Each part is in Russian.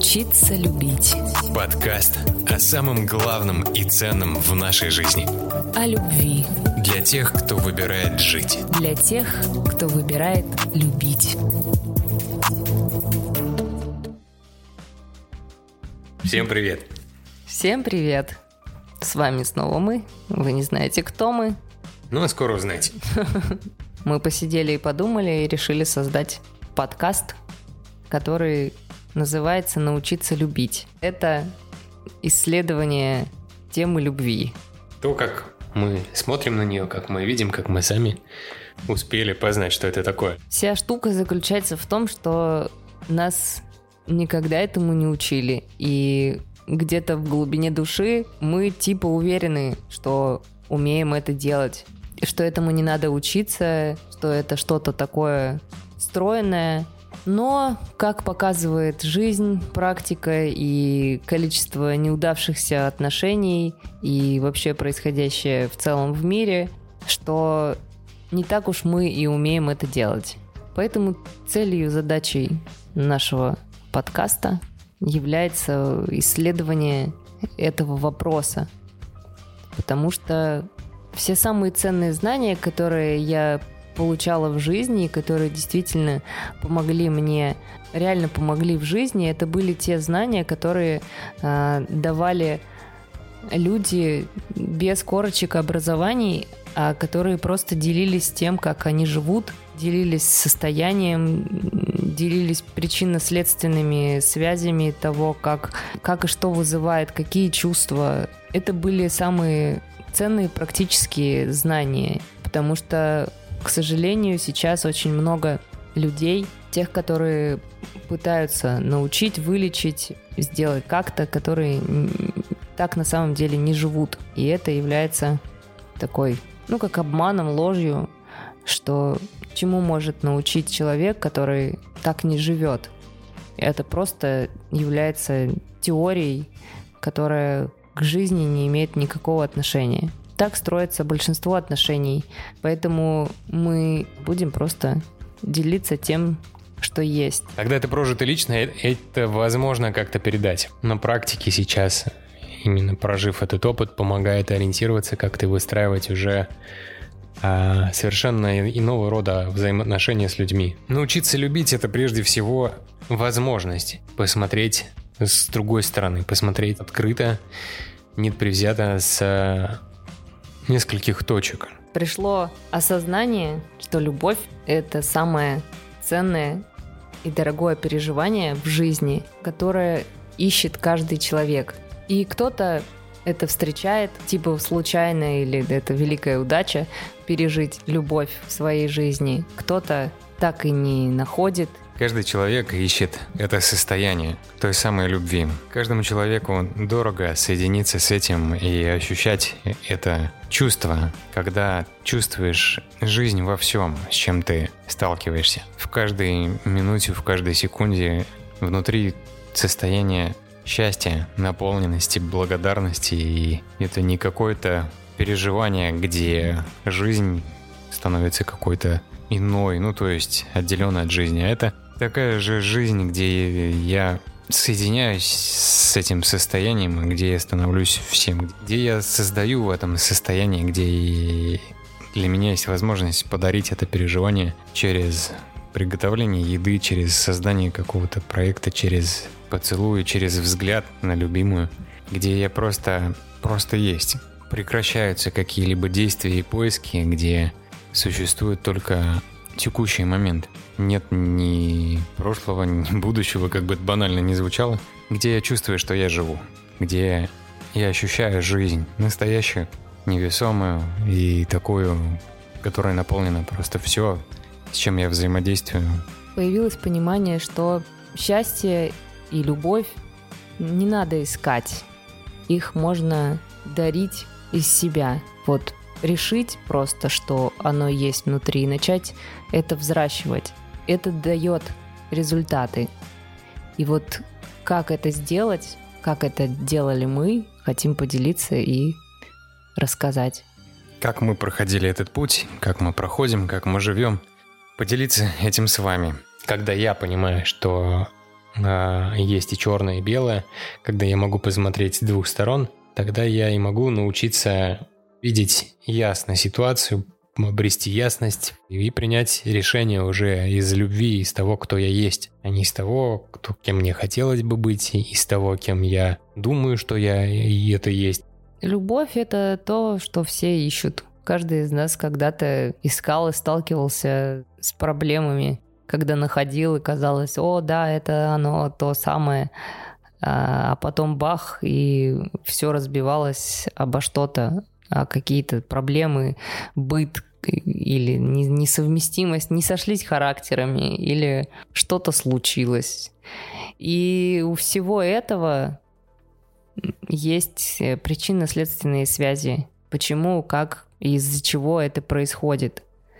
Научиться любить. Подкаст о самом главном и ценном в нашей жизни. О любви. Для тех, кто выбирает жить. Для тех, кто выбирает любить. Всем привет. Всем привет. С вами снова мы. Вы не знаете, кто мы. Ну, а скоро узнаете. Мы посидели и подумали и решили создать подкаст, который называется «Научиться любить». Это исследование темы любви. То, как мы смотрим на нее, как мы видим, как мы сами успели познать, что это такое. Вся штука заключается в том, что нас никогда этому не учили. И где-то в глубине души мы типа уверены, что умеем это делать. Что этому не надо учиться, что это что-то такое встроенное. Но, как показывает жизнь, практика и количество неудавшихся отношений и вообще происходящее в целом в мире, что не так уж мы и умеем это делать. Поэтому целью, задачей нашего подкаста является исследование этого вопроса. Потому что все самые ценные знания, которые я получала в жизни, которые действительно помогли мне, реально помогли в жизни, это были те знания, которые давали люди без корочек образований, которые просто делились тем, как они живут, делились состоянием, делились причинно-следственными связями того, как и что вызывает, какие чувства. Это были самые ценные практические знания, потому что, к сожалению, сейчас очень много людей, тех, которые пытаются научить, вылечить, сделать как-то, которые так на самом деле не живут. И это является такой, как обманом, ложью, что чему может научить человек, который так не живет. Это просто является теорией, которая к жизни не имеет никакого отношения. Так строится большинство отношений, поэтому мы будем просто делиться тем, что есть. Когда это прожито лично, это возможно как-то передать. На практике сейчас, именно прожив этот опыт, помогает ориентироваться, как-то выстраивать уже совершенно иного рода взаимоотношения с людьми. Научиться любить — это прежде всего возможность посмотреть с другой стороны, посмотреть открыто, непредвзято, с нескольких точек. Пришло осознание, что любовь — это самое ценное и дорогое переживание в жизни, которое ищет каждый человек. И кто-то это встречает, типа случайно, или это великая удача пережить любовь в своей жизни. Кто-то так и не находит. Каждый человек ищет это состояние той самой любви. Каждому человеку дорого соединиться с этим и ощущать это чувство, когда чувствуешь жизнь во всем, с чем ты сталкиваешься. В каждой минуте, в каждой секунде внутри состояние счастья, наполненности, благодарности. И это не какое-то переживание, где жизнь становится какой-то иной, то есть отделенной от жизни. А это такая же жизнь, где я соединяюсь с этим состоянием, где я становлюсь всем, где я создаю в этом состоянии, где для меня есть возможность подарить это переживание через приготовление еды, через создание какого-то проекта, через поцелуй, через взгляд на любимую, где я просто есть. Прекращаются какие-либо действия и поиски, где существует только текущий момент. Нет ни прошлого, ни будущего, как бы это банально ни звучало. Где я чувствую, что я живу. Где я ощущаю жизнь настоящую, невесомую и такую, которая наполнена просто все, с чем я взаимодействую. Появилось понимание, что счастье и любовь не надо искать. Их можно дарить из себя. Решить просто, что оно есть внутри, и начать это взращивать. Это дает результаты. И как это сделать, как это делали мы, хотим поделиться и рассказать. Как мы проходили этот путь, как мы проходим, как мы живем. Поделиться этим с вами. Когда я понимаю, что есть и черное, и белое, когда я могу посмотреть с двух сторон, тогда я и могу научиться видеть ясно ситуацию, обрести ясность и принять решение уже из любви, из того, кто я есть, а не из того, кем мне хотелось бы быть, и из того, кем я думаю, что я и это есть. Любовь — это то, что все ищут. Каждый из нас когда-то искал и сталкивался с проблемами, когда находил и казалось, о, да, это оно, то самое. А потом бах, и все разбивалось обо что-то, а какие-то проблемы, быт или несовместимость, не сошлись характерами, или что-то случилось. И у всего этого есть причинно-следственные связи. Почему, как и из-за чего это происходит.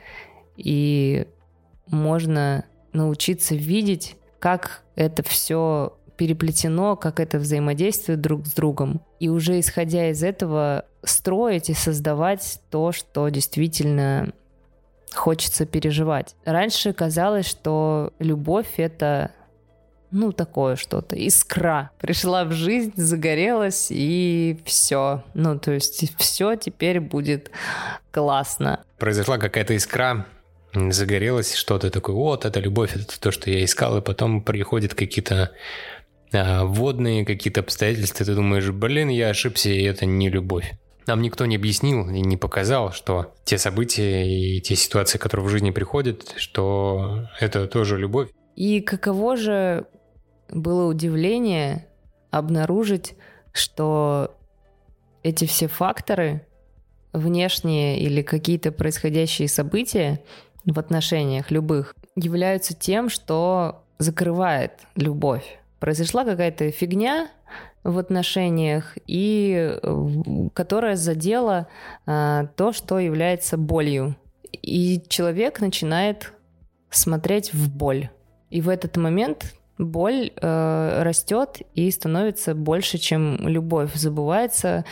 И можно научиться видеть, как это все переплетено, как это взаимодействует друг с другом. И уже исходя из этого строить и создавать то, что действительно хочется переживать. Раньше казалось, что любовь — это такое что-то, искра. Пришла в жизнь, загорелась, и все. То есть все теперь будет классно. Произошла какая-то искра, загорелось что-то такое, вот, это любовь, это то, что я искал, и потом приходят какие-то вводные, какие-то обстоятельства, и ты думаешь, я ошибся, и это не любовь. Нам никто не объяснил и не показал, что те события и те ситуации, которые в жизни приходят, что это тоже любовь. И каково же было удивление обнаружить, что эти все факторы, внешние или какие-то происходящие события в отношениях любых, являются тем, что закрывает любовь. Произошла какая-то фигня в отношениях, и которая задела то, что является болью. И человек начинает смотреть в боль. И в этот момент боль растет и становится больше, чем любовь. Забывается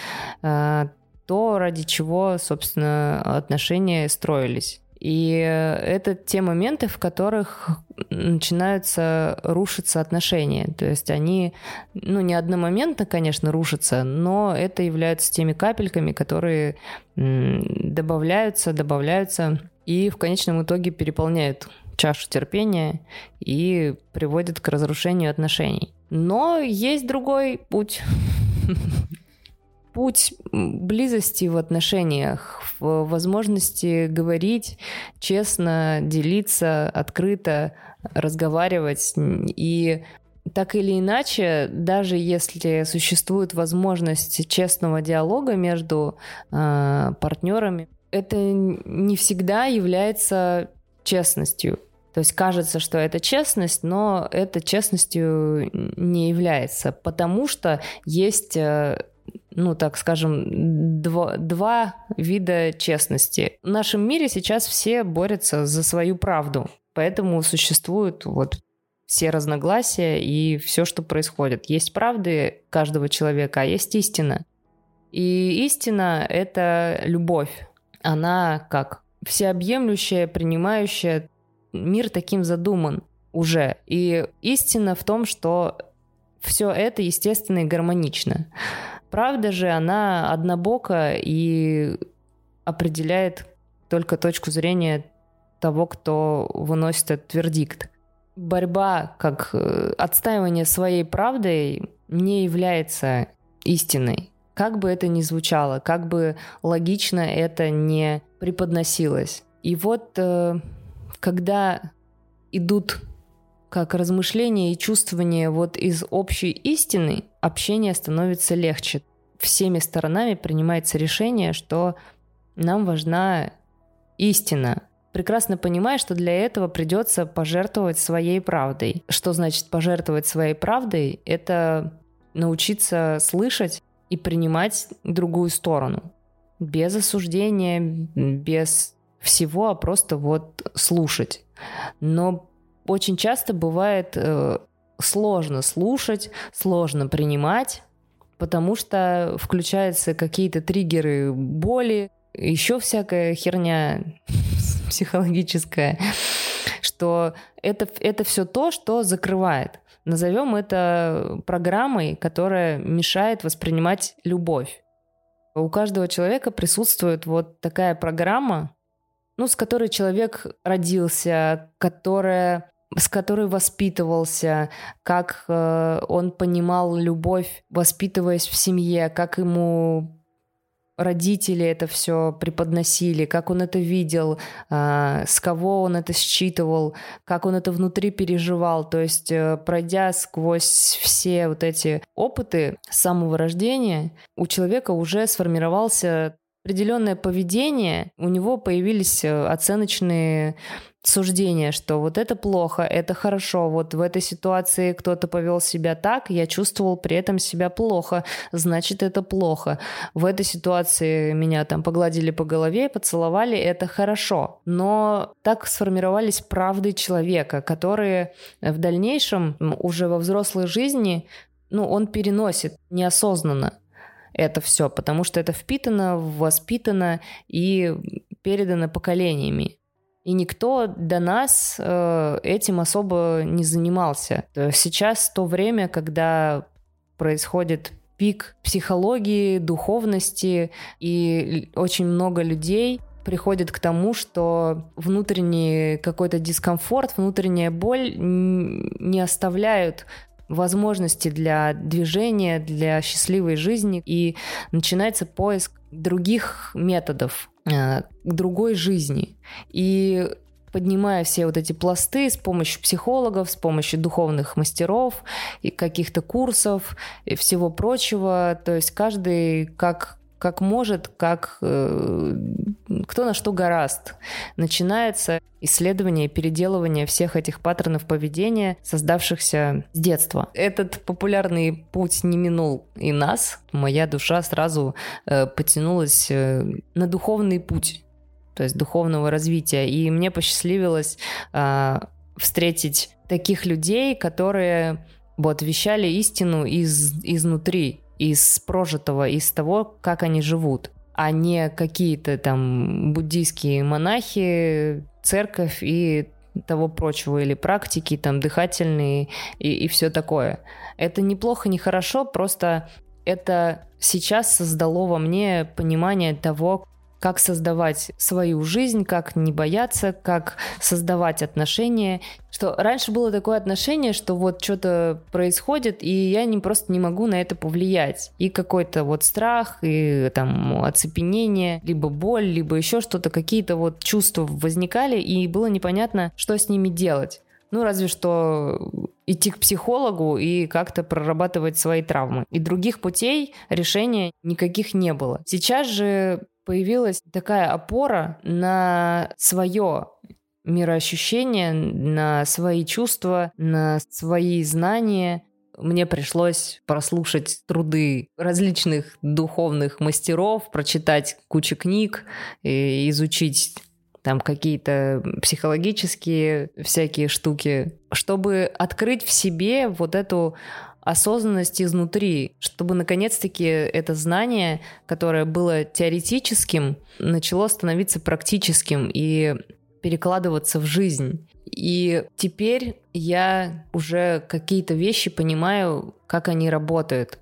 то, ради чего, собственно, отношения строились. И это те моменты, в которых начинаются рушиться отношения. То есть они, не одномоментно, конечно, рушатся, но это являются теми капельками, которые добавляются и в конечном итоге переполняют чашу терпения и приводят к разрушению отношений. Но есть другой путь. Путь близости в отношениях, в возможности говорить честно, делиться, открыто, разговаривать. И так или иначе, даже если существует возможность честного диалога между партнерами, это не всегда является честностью. То есть кажется, что это честность, но это честностью не является, потому что есть, так скажем, два вида честности. В нашем мире сейчас все борются за свою правду, поэтому существуют все разногласия и все, что происходит. Есть правды каждого человека, а есть истина. И истина — это любовь. Она как всеобъемлющая, принимающая. Мир таким задуман уже. И истина в том, что все это естественно и гармонично. Правда же, она однобока и определяет только точку зрения того, кто выносит этот вердикт. Борьба, как отстаивание своей правды, не является истиной. Как бы это ни звучало, как бы логично это не преподносилось. И когда идут как размышления и чувствования из общей истины, общение становится легче. Всеми сторонами принимается решение, что нам важна истина. Прекрасно понимая, что для этого придется пожертвовать своей правдой. Что значит пожертвовать своей правдой? Это научиться слышать и принимать другую сторону. Без осуждения, без всего, а просто слушать. Но очень часто бывает сложно слушать, сложно принимать, потому что включаются какие-то триггеры боли, еще всякая херня психологическая, что это все то, что закрывает. Назовем это программой, которая мешает воспринимать любовь. У каждого человека присутствует вот такая программа, с которой человек родился, с которой воспитывался, как он понимал любовь, воспитываясь в семье, как ему родители это все преподносили, как он это видел, с кого он это считывал, как он это внутри переживал. То есть, пройдя сквозь все вот эти опыты с самого рождения, у человека уже сформировался определенное поведение, у него появились оценочные суждения, что вот это плохо, это хорошо, вот в этой ситуации кто-то повел себя так, я чувствовал при этом себя плохо, значит, это плохо. В этой ситуации меня там погладили по голове, поцеловали, это хорошо. Но так сформировались правды человека, которые в дальнейшем, уже во взрослой жизни, он переносит неосознанно это все, потому что это впитано, воспитано и передано поколениями. И никто до нас этим особо не занимался. Сейчас то время, когда происходит пик психологии, духовности, и очень много людей приходит к тому, что внутренний какой-то дискомфорт, внутренняя боль не оставляют возможности для движения, для счастливой жизни, и начинается поиск других методов, другой жизни. И поднимая все вот эти пласты с помощью психологов, с помощью духовных мастеров и каких-то курсов и всего прочего, то есть каждый как может, кто на что горазд. Начинается исследование и переделывание всех этих паттернов поведения, создавшихся с детства. Этот популярный путь не минул и нас. Моя душа сразу потянулась на духовный путь, то есть духовного развития. И мне посчастливилось встретить таких людей, которые вещали истину изнутри, из прожитого, из того, как они живут, а не какие-то там буддийские монахи, церковь и того прочего, или практики там дыхательные и все такое. Это неплохо, не хорошо, просто это сейчас создало во мне понимание того, как создавать свою жизнь, как не бояться, как создавать отношения. Что раньше было такое отношение, что вот что-то происходит, и я просто не могу на это повлиять. И какой-то страх, и там оцепенение, либо боль, либо еще что-то, какие-то чувства возникали, и было непонятно, что с ними делать. Разве что идти к психологу и как-то прорабатывать свои травмы. И других путей решения никаких не было. Сейчас же появилась такая опора на свое мироощущение, на свои чувства, на свои знания. Мне пришлось прослушать труды различных духовных мастеров, прочитать кучу книг, и изучить там какие-то психологические всякие штуки, чтобы открыть в себе вот эту осознанность изнутри, чтобы наконец-таки это знание, которое было теоретическим, начало становиться практическим и перекладываться в жизнь. И теперь я уже какие-то вещи понимаю, как они работают.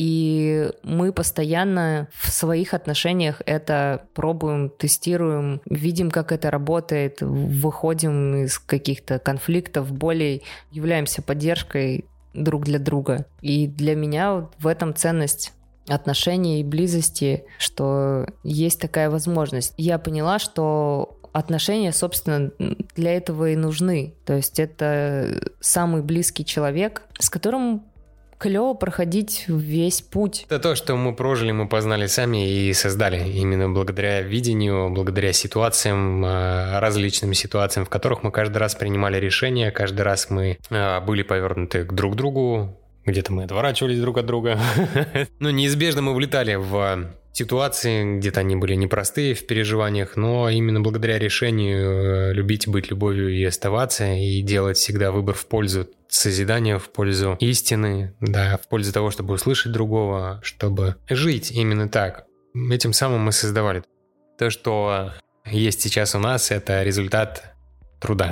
И мы постоянно в своих отношениях это пробуем, тестируем, видим, как это работает, выходим из каких-то конфликтов, болей, являемся поддержкой друг для друга. И для меня в этом ценность отношений и близости, что есть такая возможность. Я поняла, что отношения, собственно, для этого и нужны. То есть это самый близкий человек, с которым клево проходить весь путь. Это то, что мы прожили, мы познали сами и создали. Именно благодаря видению, благодаря ситуациям, различным ситуациям, в которых мы каждый раз принимали решения, каждый раз мы были повернуты друг к другу, где-то мы отворачивались друг от друга. Но неизбежно мы влетали в ситуации, где-то они были непростые в переживаниях, но именно благодаря решению любить, быть любовью и оставаться, и делать всегда выбор в пользу созидания, в пользу истины, да, в пользу того, чтобы услышать другого, чтобы жить именно так. Этим самым мы создавали. То, что есть сейчас у нас, это результат труда. Это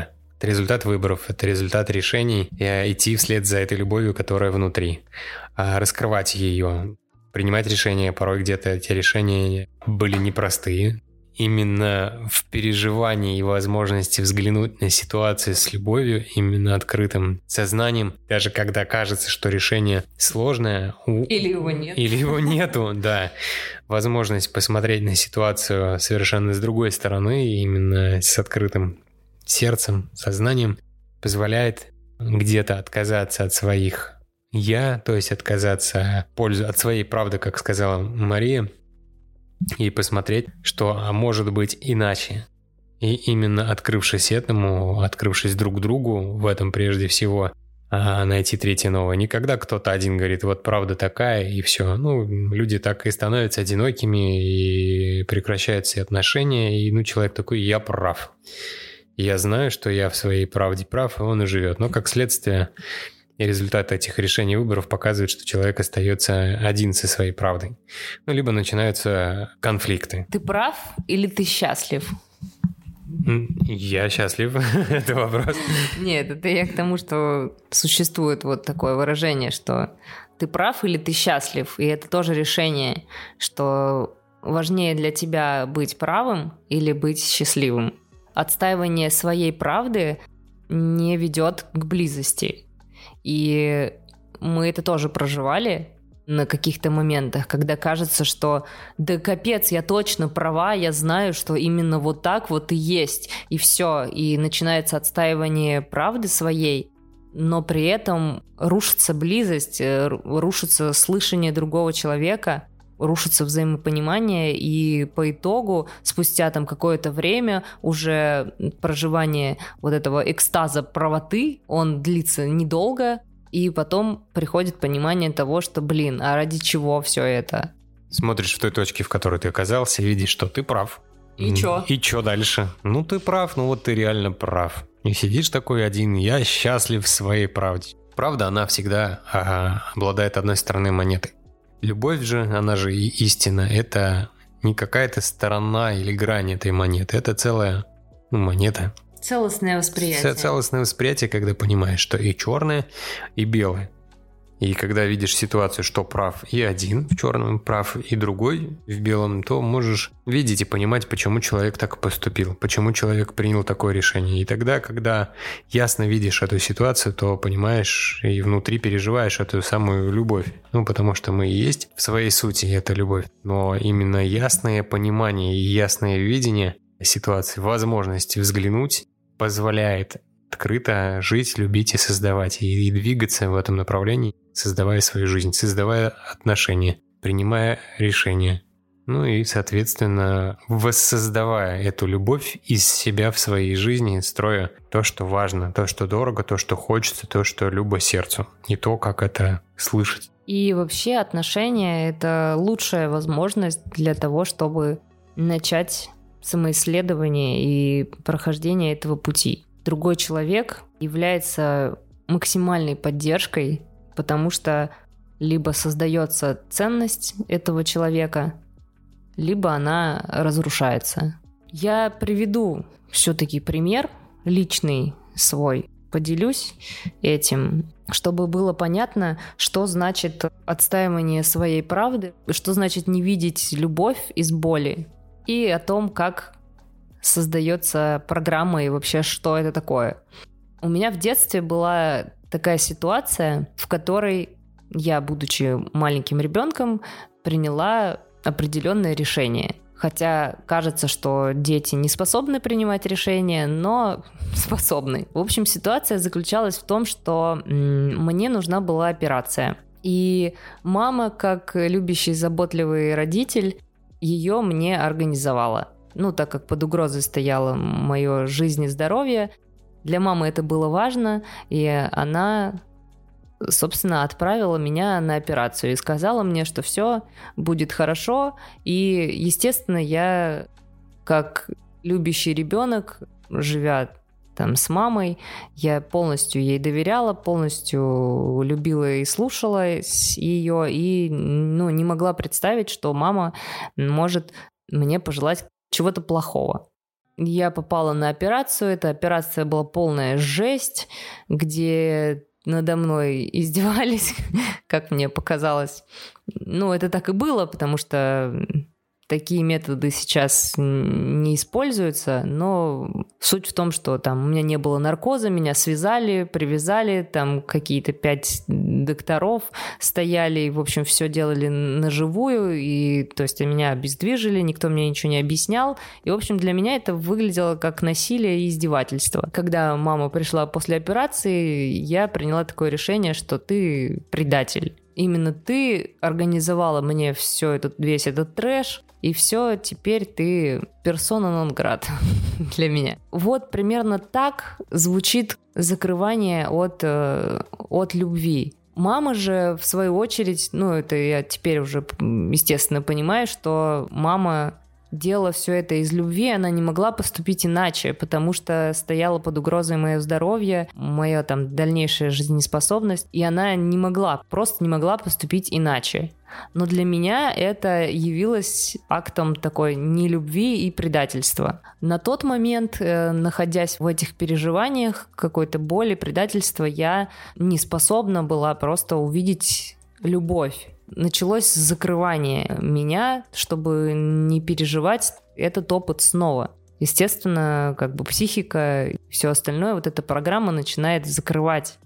Это результат выборов, это результат решений, и идти вслед за этой любовью, которая внутри, раскрывать ее, принимать решения. Порой где-то эти решения были непростые. Именно в переживании и возможности взглянуть на ситуацию с любовью, именно открытым сознанием, даже когда кажется, что решение сложное. Или его нет. Или его нету, да. Возможность посмотреть на ситуацию совершенно с другой стороны, именно с открытым сердцем, сознанием, позволяет где-то отказаться от своих «я», то есть отказаться от своей правды, как сказала Мария, и посмотреть, что может быть иначе. И именно открывшись этому, открывшись друг другу в этом прежде всего, найти третье новое. Не когда кто-то один говорит, вот правда такая, и все. Люди так и становятся одинокими, и прекращают все отношения, и человек такой, я прав. Я знаю, что я в своей правде прав, и он и живет. Но как следствие, и результат этих решений выборов показывает, что человек остается один со своей правдой. Либо начинаются конфликты. Ты прав или ты счастлив? Я счастлив, это вопрос. Нет, это я к тому, что существует вот такое выражение, что ты прав или ты счастлив. И это тоже решение, что важнее для тебя быть правым или быть счастливым. Отстаивание своей правды не ведет к близости. И мы это тоже проживали на каких-то моментах, когда кажется, что да капец, я точно права, я знаю, что именно вот так вот и есть, и все. И начинается отстаивание правды своей, но при этом рушится близость, рушится слышание другого человека, рушится взаимопонимание, и по итогу, спустя какое-то время, уже проживание вот этого экстаза правоты, он длится недолго, и потом приходит понимание того, что, а ради чего все это? Смотришь в той точке, в которой ты оказался, и видишь, что ты прав. И чё? И чё дальше? Ты прав, вот ты реально прав. И сидишь такой один, я счастлив в своей правде. Правда, она всегда обладает одной стороной монеты. Любовь же, она же и истина, это не какая-то сторона или грань этой монеты, это целая монета. Целостное восприятие. Целостное восприятие, когда понимаешь, что и черное, и белое. И когда видишь ситуацию, что прав и один в черном, прав и другой в белом, то можешь видеть и понимать, почему человек так поступил, почему человек принял такое решение. И тогда, когда ясно видишь эту ситуацию, то понимаешь и внутри переживаешь эту самую любовь. Потому что мы и есть в своей сути эта любовь. Но именно ясное понимание и ясное видение ситуации, возможность взглянуть позволяет открыто жить, любить и создавать, и двигаться в этом направлении, создавая свою жизнь, создавая отношения, принимая решения. И, соответственно, воссоздавая эту любовь из себя в своей жизни, строя то, что важно, то, что дорого, то, что хочется, то, что любо сердцу, и то, как это слышать. И вообще отношения — это лучшая возможность для того, чтобы начать самоисследование и прохождение этого пути. Другой человек является максимальной поддержкой, потому что либо создается ценность этого человека, либо она разрушается. Я приведу все-таки пример личный свой, поделюсь этим, чтобы было понятно, что значит отстаивание своей правды, что значит не видеть любовь из боли, и о том, как создается программа и вообще, что это такое. У меня в детстве была такая ситуация, в которой я, будучи маленьким ребенком, приняла определенное решение. Хотя кажется, что дети не способны принимать решения, но способны. В общем, ситуация заключалась в том, что мне нужна была операция. И мама, как любящий, заботливый родитель, ее мне организовала. Так как под угрозой стояло мое жизнь и здоровье, для мамы это было важно, и она, собственно, отправила меня на операцию и сказала мне, что все будет хорошо. И, естественно, я, как любящий ребенок, живя с мамой, я полностью ей доверяла, полностью любила и слушала ее, и не могла представить, что мама может мне пожелать чего-то плохого. я попала на операцию. Эта операция была полная жесть, где надо мной издевались, как мне показалось. Ну, это так и было, потому что такие методы сейчас не используются, но суть в том, что там у меня не было наркоза, меня связали, привязали, там какие-то 5 докторов стояли, и, в общем, все делали наживую, и, то есть, меня обездвижили, никто мне ничего не объяснял, и, в общем, для меня это выглядело как насилие и издевательство. Когда мама пришла после операции, я приняла такое решение, что ты предатель. Именно ты организовала мне весь этот трэш, и все, теперь ты персона нон грата для меня. Вот примерно так звучит закрывание от любви. Мама же, в свою очередь, ну, это я теперь уже, естественно, понимаю, что мама делала все это из любви, она не могла поступить иначе, потому что стояла под угрозой мое здоровье, моя там дальнейшая жизнеспособность, и она просто не могла поступить иначе. Но для меня это явилось актом такой нелюбви и предательства. На тот момент, находясь в этих переживаниях, какой-то боли, предательства, я не способна была просто увидеть любовь. Началось закрывание меня, чтобы не переживать этот опыт снова. Естественно, как бы психика и все остальное, вот эта программа начинает закрывать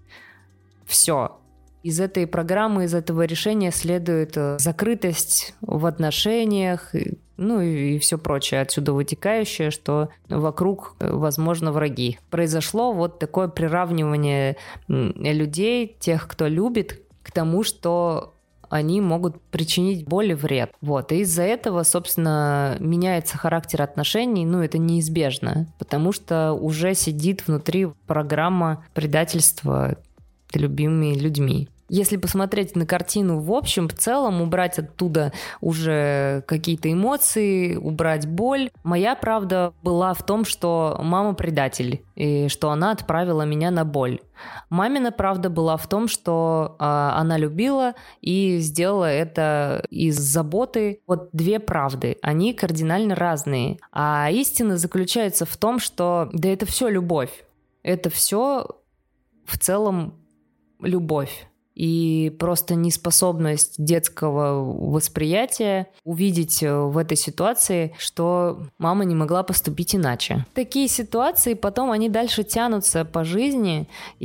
все. Из этой программы, из этого решения следует закрытость в отношениях, ну и все прочее отсюда вытекающее, что вокруг, возможно, враги. Произошло вот такое приравнивание людей, тех, кто любит, к тому, что они могут причинить боль и вред. Вот. И из-за этого, собственно, меняется характер отношений, ну, это неизбежно, потому что уже сидит внутри программа предательства любимыми людьми. Если посмотреть на картину в общем, в целом, убрать оттуда уже какие-то эмоции, убрать боль, моя правда была в том, что мама предатель, и что она отправила меня на боль. Мамина правда была в том, что она любила и сделала это из заботы. Вот две правды, они кардинально разные. А истина заключается в том, что да это все любовь. Это все в целом любовь. И просто неспособность детского восприятия увидеть в этой ситуации, что мама не могла поступить иначе. Такие ситуации потом, они дальше тянутся по жизни,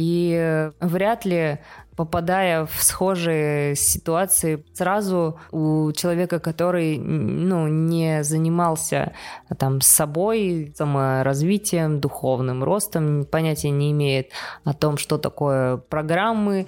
и вряд ли, попадая в схожие ситуации, сразу у человека, который, ну, не занимался там собой, саморазвитием, духовным ростом, понятия не имеет о том, что такое программы,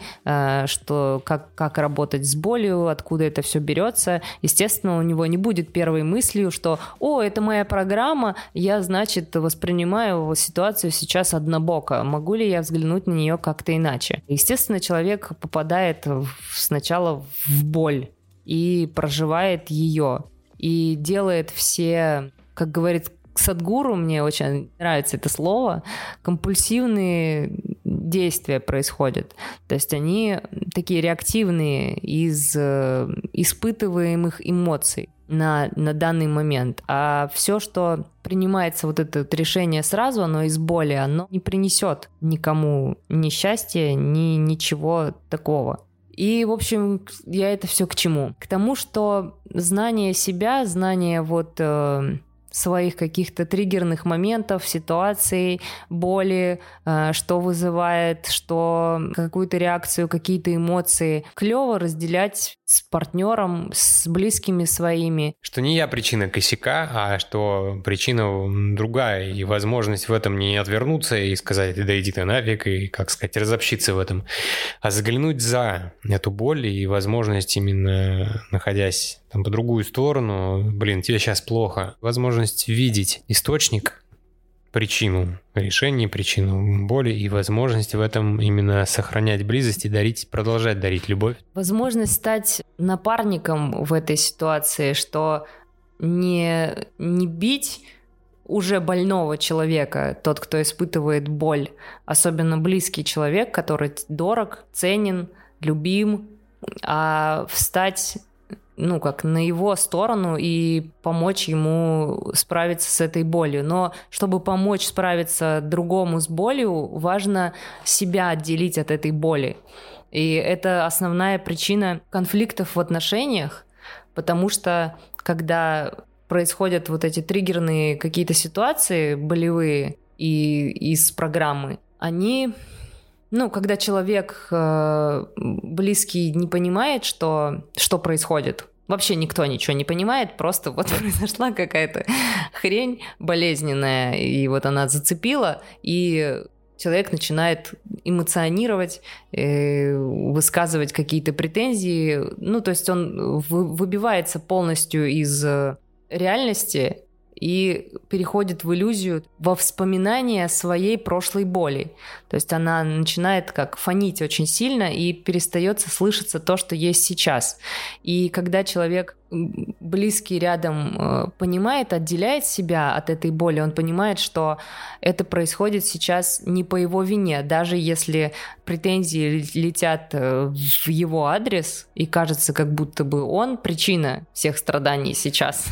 как работать с болью, откуда это все берется. Естественно, у него не будет первой мыслью, что «О, это моя программа, я, значит, воспринимаю ситуацию сейчас однобоко. Могу ли я взглянуть на нее как-то иначе?» Естественно, человек попадает сначала в боль и проживает ее, и делает все, как говорит Садхгуру, мне очень нравится это слово, компульсивные действия происходят. То есть они такие реактивные из испытываемых эмоций на данный момент. А все, что принимается вот это решение сразу, оно из боли, оно не принесет никому ни счастья, ни ничего такого. И, в общем, я это все к чему? К тому, что знание себя, знание вот своих каких-то триггерных моментов, ситуаций, боли, что вызывает, что какую-то реакцию, какие-то эмоции. Клево разделять с партнером, с близкими своими. Что не я причина косяка, а что причина другая, и возможность в этом не отвернуться и сказать, да иди ты нафиг, и, как сказать, разобщиться в этом, а заглянуть за эту боль и возможность, именно находясь там по другую сторону, тебе сейчас плохо, возможность видеть источник, причину решения, причину боли и возможность в этом именно сохранять близость и продолжать дарить любовь. Возможность стать напарником в этой ситуации, что не бить уже больного человека, тот, кто испытывает боль, особенно близкий человек, который дорог, ценен, любим, а встать как на его сторону и помочь ему справиться с этой болью. Но чтобы помочь справиться другому с болью, важно себя отделить от этой боли. И это основная причина конфликтов в отношениях, потому что когда происходят вот эти триггерные какие-то ситуации болевые и из программы, они... когда человек близкий не понимает, что происходит, вообще никто ничего не понимает, просто вот произошла какая-то хрень болезненная, и вот она зацепила, и человек начинает эмоционировать, высказывать какие-то претензии, то есть он выбивается полностью из реальности и переходит в иллюзию, во вспоминание своей прошлой боли. То есть она начинает как фонить очень сильно и перестается слышаться то, что есть сейчас. И когда человек близкий рядом понимает, отделяет себя от этой боли, он понимает, что это происходит сейчас не по его вине, даже если претензии летят в его адрес, и кажется, как будто бы он причина всех страданий сейчас.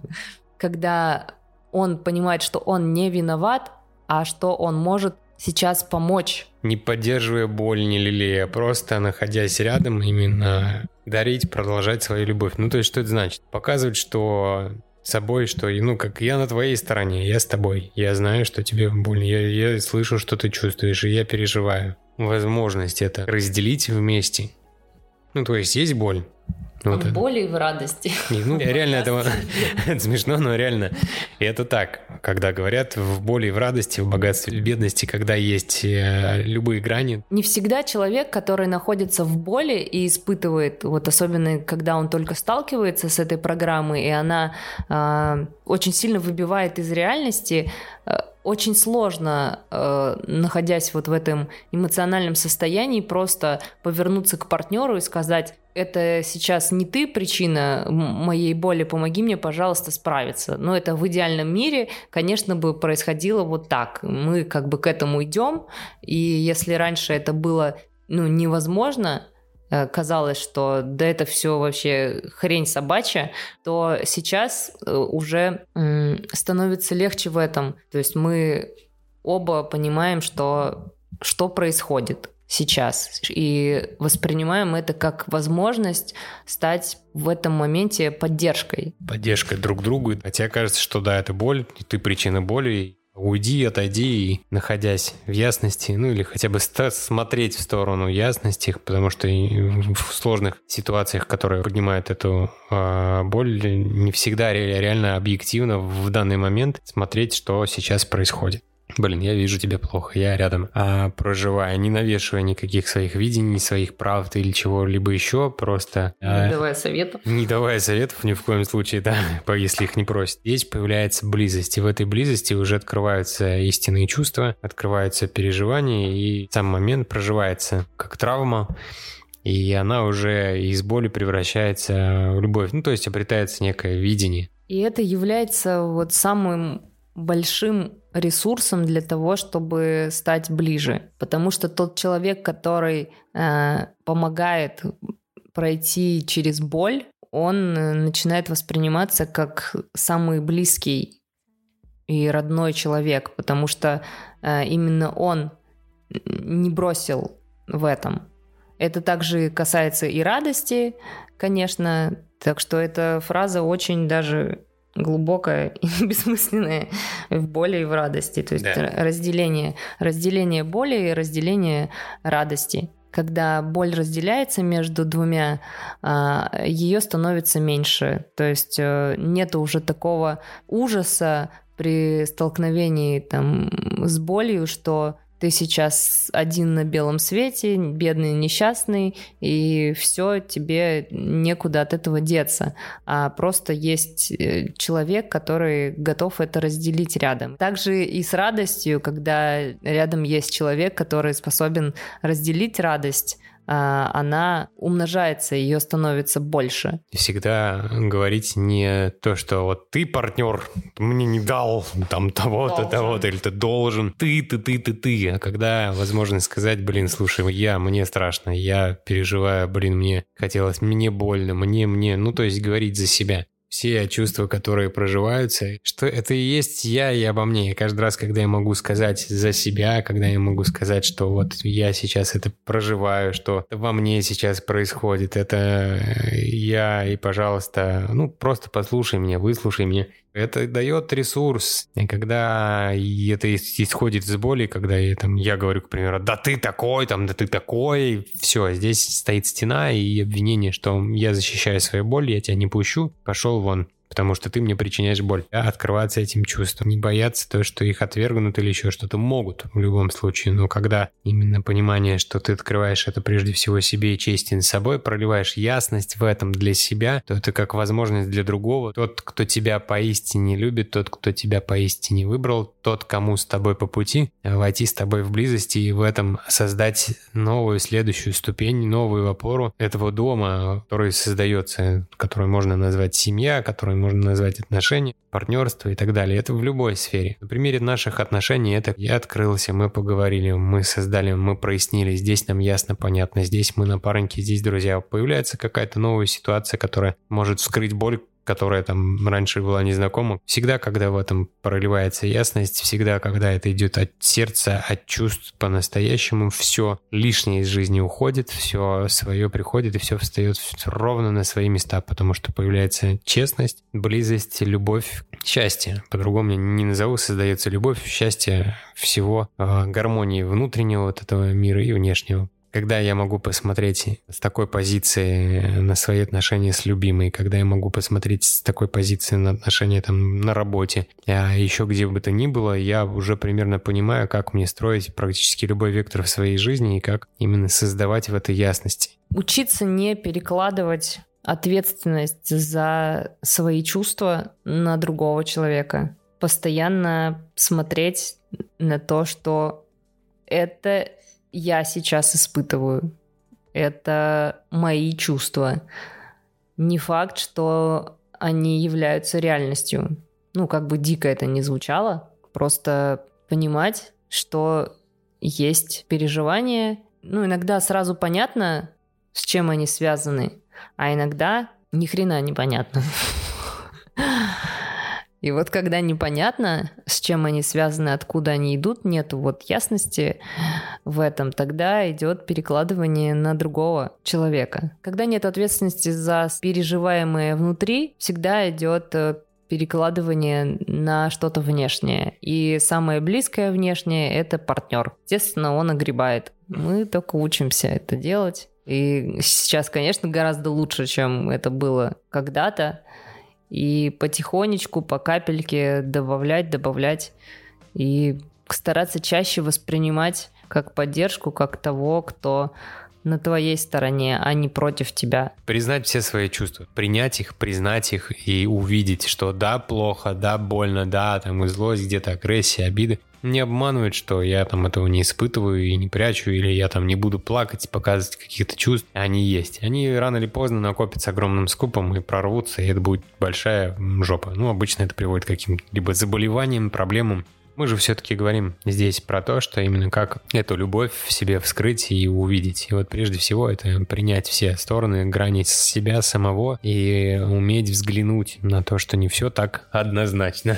Когда он понимает, что он не виноват, а что он может сейчас помочь. Не поддерживая боль, не лелея, просто находясь рядом, именно дарить, продолжать свою любовь. То есть, что это значит? Показывать, что собой, что, как я на твоей стороне, я с тобой. Я знаю, что тебе больно, я слышу, что ты чувствуешь, и я переживаю. Возможность это разделить вместе. То есть боль. В боли и в радости. Реально это смешно, но реально это так. Когда говорят в боли и в радости, в богатстве и в бедности, когда есть любые грани. Не всегда человек, который находится в боли и испытывает, особенно когда он только сталкивается с этой программой, и она очень сильно выбивает из реальности, очень сложно, находясь в этом эмоциональном состоянии, просто повернуться к партнеру и сказать: это сейчас не ты причина моей боли, помоги мне, пожалуйста, справиться. Но это в идеальном мире, конечно, бы происходило вот так. Мы к этому идем, и если раньше это было невозможно, казалось, что да это все вообще хрень собачья, то сейчас уже становится легче в этом. То есть мы оба понимаем, что происходит сейчас, и воспринимаем это как возможность стать в этом моменте поддержкой. Поддержкой друг другу. Хотя кажется, что да, это боль, ты причина боли. Уйди, отойди, и находясь в ясности, или хотя бы смотреть в сторону ясности, потому что в сложных ситуациях, которые поднимают эту боль, не всегда реально объективно в данный момент смотреть, что сейчас происходит. Я вижу тебя плохо, я рядом. Проживая, не навешивая никаких своих видений, своих правд или чего-либо еще, просто... Не давая советов. Не давая советов ни в коем случае, да, если их не просят. Здесь появляется близость, и в этой близости уже открываются истинные чувства, открываются переживания, и сам момент проживается как травма, и она уже из боли превращается в любовь. То есть обретается некое видение. И это является самым большим ресурсом для того, чтобы стать ближе. Потому что тот человек, который помогает пройти через боль, он начинает восприниматься как самый близкий и родной человек, потому что именно он не бросил в этом. Это также касается и радости, конечно. Так что эта фраза очень даже глубокая и бессмысленная в боли и в радости. То есть разделение боли и разделение радости. Когда боль разделяется между двумя, ее становится меньше. То есть нет уже такого ужаса при столкновении с болью, что ты сейчас один на белом свете, бедный, несчастный, и все, тебе некуда от этого деться. А просто есть человек, который готов это разделить рядом. Также и с радостью, когда рядом есть человек, который способен разделить радость, она умножается, ее становится больше. Всегда говорить не то, что вот ты партнер, ты мне не дал там того-то, того-то, или ты должен, ты, а когда возможность сказать, блин, слушай, мне страшно, я переживаю, блин, мне хотелось, мне больно, мне, ну, то есть говорить за себя. Все чувства, которые проживаются, что это и есть я и обо мне. И каждый раз, когда я могу сказать за себя, когда я могу сказать, что вот я сейчас это проживаю, что во мне сейчас происходит, это я, и, пожалуйста, ну, просто послушай меня, выслушай меня. Это дает ресурс. И когда это исходит из боли, когда я говорю, к примеру, да ты такой, да ты такой, все, здесь стоит стена и обвинение, что я защищаю свою боль, я тебя не пущу, пошел вон, потому что ты мне причиняешь боль. А открываться этим чувствам, не бояться того, что их отвергнут или еще что-то могут в любом случае, но когда именно понимание, что ты открываешь это прежде всего себе и честен с собой, проливаешь ясность в этом для себя, то это как возможность для другого. Тот, кто тебя поистине любит, тот, кто тебя поистине выбрал, тот, кому с тобой по пути, войти с тобой в близости и в этом создать новую следующую ступень, новую опору этого дома, который создается, который можно назвать семья, который можно назвать отношения, партнерство и так далее. Это в любой сфере. На примере наших отношений это я открылся, мы поговорили, мы создали, мы прояснили, здесь нам ясно, понятно, здесь мы напарники, здесь друзья. Появляется какая-то новая ситуация, которая может вскрыть боль, которая там раньше была незнакома. Всегда, когда в этом проливается ясность, всегда, когда это идет от сердца, от чувств по-настоящему, все лишнее из жизни уходит, все свое приходит и все встает ровно на свои места, потому что появляется честность, близость, любовь, счастье. По-другому не назову, создается любовь, счастье всего, гармонии внутреннего вот этого мира и внешнего. Когда я могу посмотреть с такой позиции на свои отношения с любимой, когда я могу посмотреть с такой позиции на отношения там на работе, а еще где бы то ни было, я уже примерно понимаю, как мне строить практически любой вектор в своей жизни и как именно создавать в этой ясности. Учиться не перекладывать ответственность за свои чувства на другого человека. Постоянно смотреть на то, что это я сейчас испытываю. Это мои чувства. Не факт, что они являются реальностью. Ну, как бы дико это ни звучало. Просто понимать, что есть переживания. Ну, иногда сразу понятно, с чем они связаны, а иногда ни хрена непонятно. И вот когда непонятно, с чем они связаны, откуда они идут, нету вот ясности в этом, тогда идет перекладывание на другого человека. Когда нет ответственности за переживаемое внутри, всегда идет перекладывание на что-то внешнее. И самое близкое внешнее — это партнер. Естественно, он огребает. Мы только учимся это делать. И сейчас, конечно, гораздо лучше, чем это было когда-то. И потихонечку, по капельке добавлять, и стараться чаще воспринимать как поддержку, как того, кто на твоей стороне, а не против тебя. Признать все свои чувства, принять их, признать их и увидеть, что да, плохо, да, больно, да, там и злость, где-то агрессия, обиды. Не обманывать, что я там этого не испытываю и не прячу, или я там не буду плакать, показывать каких-то чувств. Они есть. Они рано или поздно накопятся огромным скопом и прорвутся, и это будет большая жопа. Ну, обычно это приводит к каким-либо заболеваниям, проблемам. Мы же все-таки говорим здесь про то, что именно как эту любовь в себе вскрыть и увидеть. И вот прежде всего это принять все стороны, грани себя самого и уметь взглянуть на то, что не все так однозначно.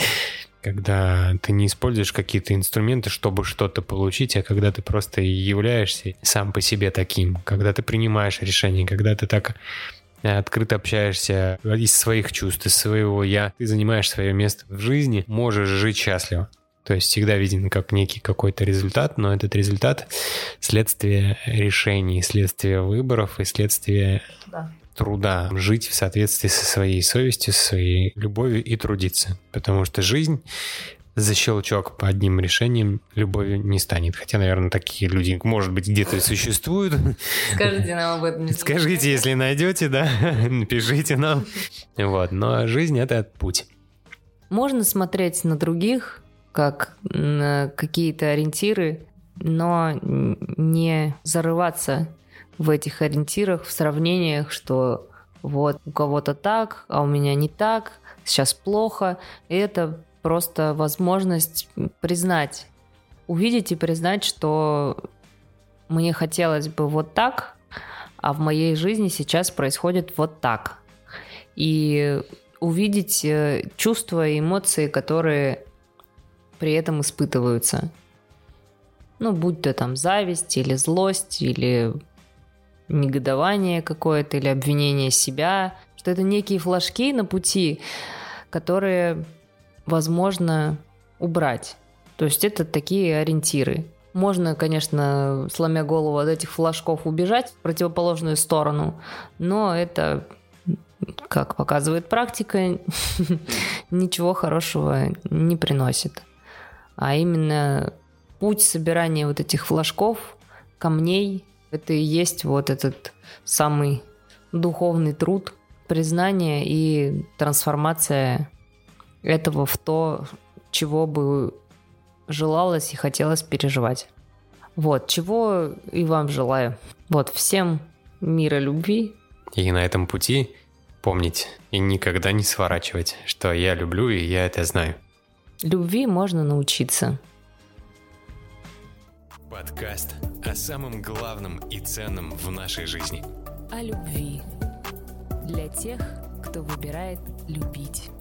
Когда ты не используешь какие-то инструменты, чтобы что-то получить, а когда ты просто являешься сам по себе таким, когда ты принимаешь решения, когда ты так открыто общаешься из своих чувств, из своего «я», ты занимаешь свое место в жизни, можешь жить счастливо. То есть всегда виден как некий какой-то результат, но этот результат — следствие решений, следствие выборов и следствие труда. Жить в соответствии со своей совестью, со своей любовью и трудиться. Потому что жизнь за щелчок по одним решениям любовью не станет. Хотя, наверное, такие люди, может быть, где-то существуют. Скажите нам об этом. Скажите, если найдете, да, напишите нам. Вот. Но жизнь — это путь. Можно смотреть на других как на какие-то ориентиры, но не зарываться в этих ориентирах, в сравнениях, что вот у кого-то так, а у меня не так, сейчас плохо. И это просто возможность признать, увидеть и признать, что мне хотелось бы вот так, а в моей жизни сейчас происходит вот так. И увидеть чувства и эмоции, которые при этом испытываются. Ну, будь то там зависть или злость, или негодование какое-то, или обвинение себя, что это некие флажки на пути, которые возможно убрать. То есть это такие ориентиры. Можно, конечно, сломя голову от этих флажков, убежать в противоположную сторону, но это, как показывает практика, ничего хорошего не приносит. А именно путь собирания вот этих флажков, камней, это и есть вот этот самый духовный труд, признание и трансформация этого в то, чего бы желалось и хотелось переживать. Вот, чего и вам желаю. Вот, всем мира, любви. И на этом пути помнить и никогда не сворачивать, что я люблю, и я это знаю. Любви можно научиться. Подкаст о самом главном и ценном в нашей жизни. О любви. Для тех, кто выбирает любить.